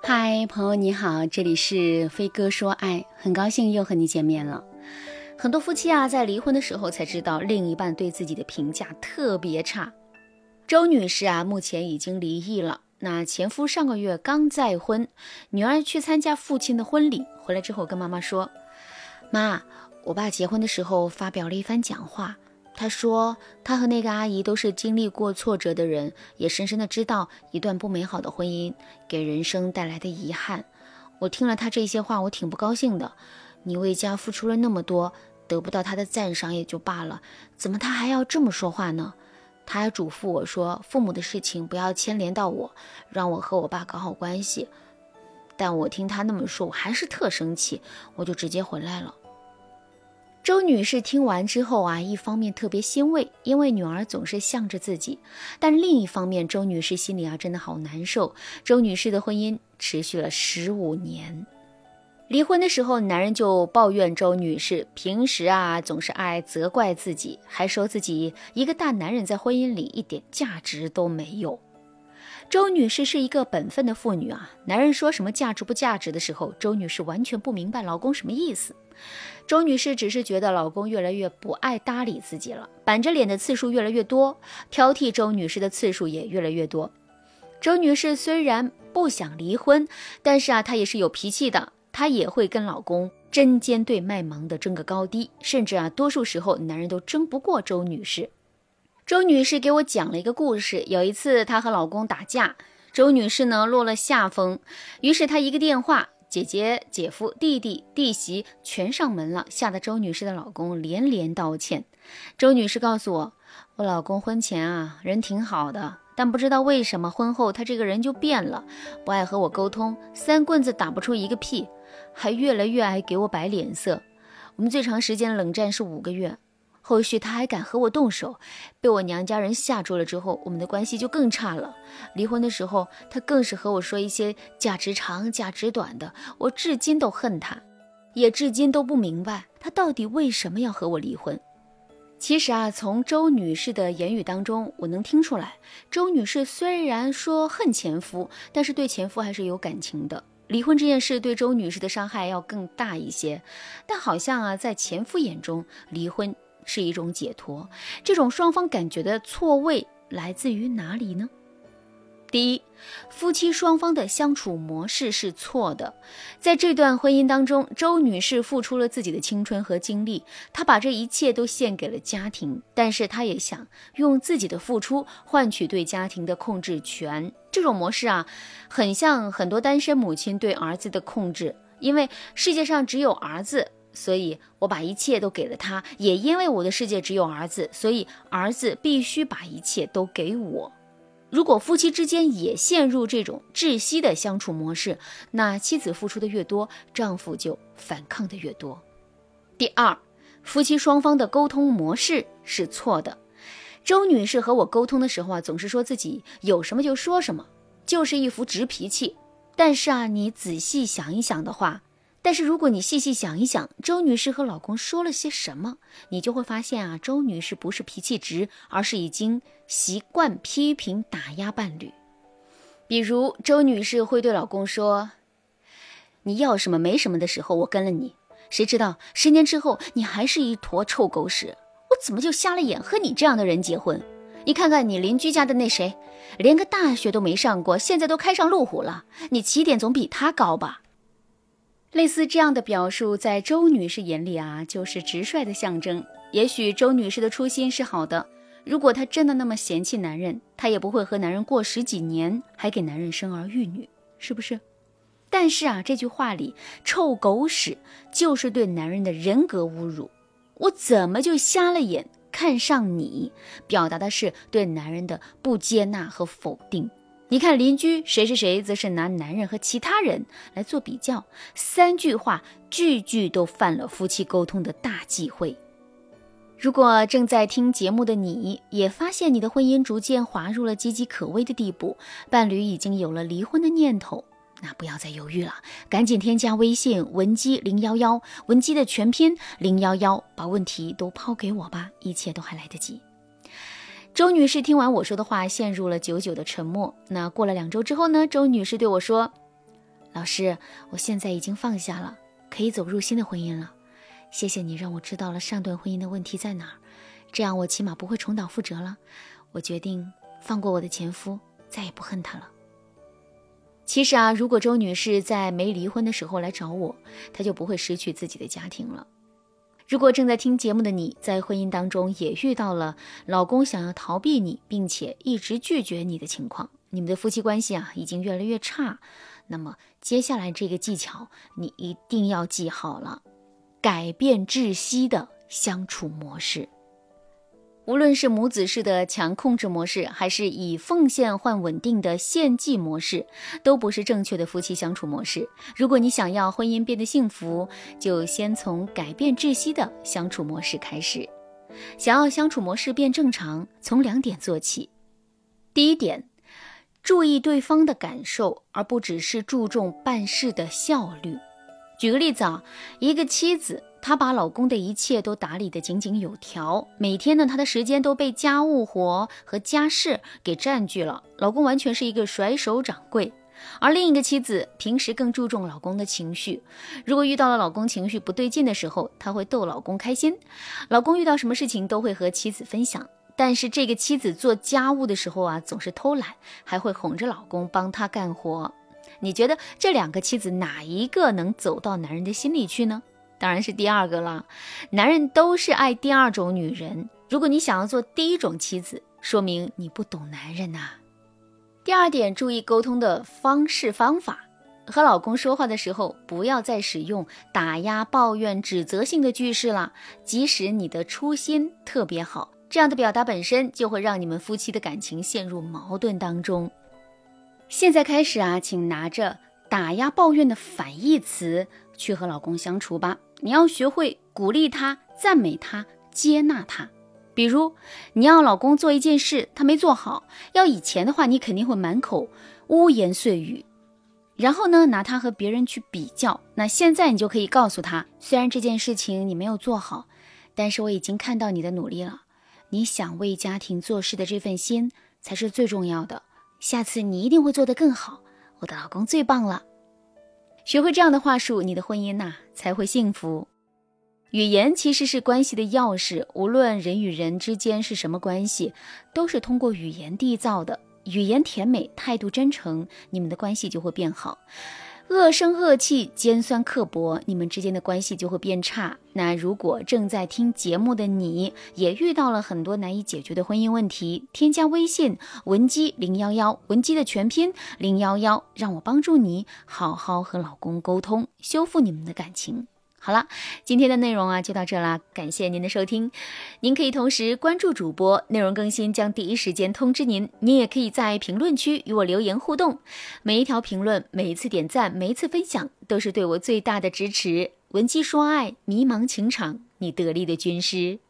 嗨，朋友你好，这里是飞哥说爱，很高兴又和你见面了。很多夫妻在离婚的时候才知道另一半对自己的评价特别差。周女士目前已经离异了，那前夫上个月刚再婚，女儿去参加父亲的婚礼，回来之后跟妈妈说，妈，我爸结婚的时候发表了一番讲话，他说他和那个阿姨都是经历过挫折的人，也深深的知道一段不美好的婚姻给人生带来的遗憾。我听了他这些话，我挺不高兴的。你为家付出了那么多，得不到他的赞赏也就罢了，怎么他还要这么说话呢？他还嘱咐我说，父母的事情不要牵连到我，让我和我爸搞好关系。但我听他那么说，我还是特生气，我就直接回来了。周女士听完之后一方面特别欣慰，因为女儿总是向着自己，但另一方面周女士心里真的好难受。周女士的婚姻持续了15年，离婚的时候男人就抱怨周女士平时总是爱责怪自己，还说自己一个大男人在婚姻里一点价值都没有。周女士是一个本分的妇女男人说什么价值不价值的时候，周女士完全不明白老公什么意思。周女士只是觉得老公越来越不爱搭理自己了，板着脸的次数越来越多，挑剔周女士的次数也越来越多。周女士虽然不想离婚，但是她也是有脾气的，她也会跟老公针尖对麦芒的争个高低，甚至多数时候男人都争不过周女士。周女士给我讲了一个故事，有一次她和老公打架，周女士呢落了下风，于是她一个电话，姐姐、姐夫、弟弟、弟媳全上门了，吓得周女士的老公连连道歉。周女士告诉我，我老公婚前人挺好的，但不知道为什么婚后他这个人就变了，不爱和我沟通，三棍子打不出一个屁，还越来越爱给我摆脸色。我们最长时间冷战是5个月，后续他还敢和我动手，被我娘家人吓住了之后，我们的关系就更差了。离婚的时候他更是和我说一些价值长价值短的，我至今都恨他，也至今都不明白他到底为什么要和我离婚。其实从周女士的言语当中我能听出来，周女士虽然说恨前夫，但是对前夫还是有感情的。离婚这件事对周女士的伤害要更大一些，但好像在前夫眼中，离婚是一种解脱。这种双方感觉的错位来自于哪里呢？第一，夫妻双方的相处模式是错的。在这段婚姻当中，周女士付出了自己的青春和精力，她把这一切都献给了家庭，但是她也想用自己的付出换取对家庭的控制权。这种模式很像很多单身母亲对儿子的控制，因为世界上只有儿子，所以我把一切都给了他，也因为我的世界只有儿子，所以儿子必须把一切都给我。如果夫妻之间也陷入这种窒息的相处模式，那妻子付出的越多，丈夫就反抗的越多。第二，夫妻双方的沟通模式是错的。周女士和我沟通的时候总是说自己有什么就说什么，就是一副直脾气。但是你仔细想一想的话，如果你细细想一想，周女士和老公说了些什么，你就会发现周女士不是脾气直，而是已经习惯批评打压伴侣。比如周女士会对老公说，你要什么没什么的时候我跟了你，谁知道10年之后你还是一坨臭狗屎，我怎么就瞎了眼和你这样的人结婚？你看看你邻居家的那谁，连个大学都没上过，现在都开上路虎了，你起点总比他高吧。类似这样的表述在周女士眼里就是直率的象征。也许周女士的初心是好的，如果她真的那么嫌弃男人，她也不会和男人过10几年，还给男人生儿育女，是不是？但是这句话里臭狗屎就是对男人的人格侮辱。我怎么就瞎了眼看上你，表达的是对男人的不接纳和否定。你看邻居谁谁谁则是拿男人和其他人来做比较，3句话句句都犯了夫妻沟通的大忌讳。如果正在听节目的你也发现你的婚姻逐渐滑入了岌岌可危的地步，伴侣已经有了离婚的念头，那不要再犹豫了，赶紧添加微信文姬011，文姬的全拼011，把问题都抛给我吧，一切都还来得及。周女士听完我说的话，陷入了久久的沉默。那过了2周之后呢，周女士对我说， 老师，我现在已经放下了，可以走入新的婚姻了。谢谢你让我知道了上段婚姻的问题在哪儿，这样我起码不会重蹈覆辙了。我决定放过我的前夫，再也不恨他了。其实如果周女士在没离婚的时候来找我，她就不会失去自己的家庭了。如果正在听节目的你，在婚姻当中也遇到了老公想要逃避你，并且一直拒绝你的情况，你们的夫妻关系已经越来越差，那么接下来这个技巧你一定要记好了，改变窒息的相处模式。无论是母子式的强控制模式，还是以奉献换稳定的献祭模式，都不是正确的夫妻相处模式。如果你想要婚姻变得幸福，就先从改变窒息的相处模式开始。想要相处模式变正常，从2点做起。第一点，注意对方的感受，而不只是注重办事的效率。举个例子一个妻子，她把老公的一切都打理得井井有条，每天呢，她的时间都被家务活和家事给占据了，老公完全是一个甩手掌柜。而另一个妻子平时更注重老公的情绪，如果遇到了老公情绪不对劲的时候，她会逗老公开心，老公遇到什么事情都会和妻子分享。但是这个妻子做家务的时候总是偷懒，还会哄着老公帮她干活。你觉得这2个妻子哪一个能走到男人的心里去呢？当然是第2个了。男人都是爱第2种女人，如果你想要做第1种妻子，说明你不懂男人第2点，注意沟通的方式方法。和老公说话的时候，不要再使用打压、抱怨、指责性的句式了，即使你的初心特别好，这样的表达本身就会让你们夫妻的感情陷入矛盾当中。现在开始请拿着打压抱怨的反义词去和老公相处吧。你要学会鼓励他、赞美他、接纳他。比如你要老公做一件事，他没做好，要以前的话你肯定会满口污言碎语，然后呢拿他和别人去比较。那现在你就可以告诉他，虽然这件事情你没有做好，但是我已经看到你的努力了，你想为家庭做事的这份心才是最重要的，下次你一定会做得更好，我的老公最棒了。学会这样的话术，你的婚姻才会幸福。语言其实是关系的钥匙，无论人与人之间是什么关系，都是通过语言缔造的。语言甜美，态度真诚，你们的关系就会变好。恶声恶气、尖酸刻薄，你们之间的关系就会变差。那如果正在听节目的你也遇到了很多难以解决的婚姻问题，添加微信文姬011，文姬的全拼011，让我帮助你好好和老公沟通，修复你们的感情。好了，今天的内容就到这啦，感谢您的收听。您可以同时关注主播，内容更新将第一时间通知您。您也可以在评论区与我留言互动，每一条评论、每一次点赞、每一次分享都是对我最大的支持。文姬说爱，迷茫情场，你得力的军师。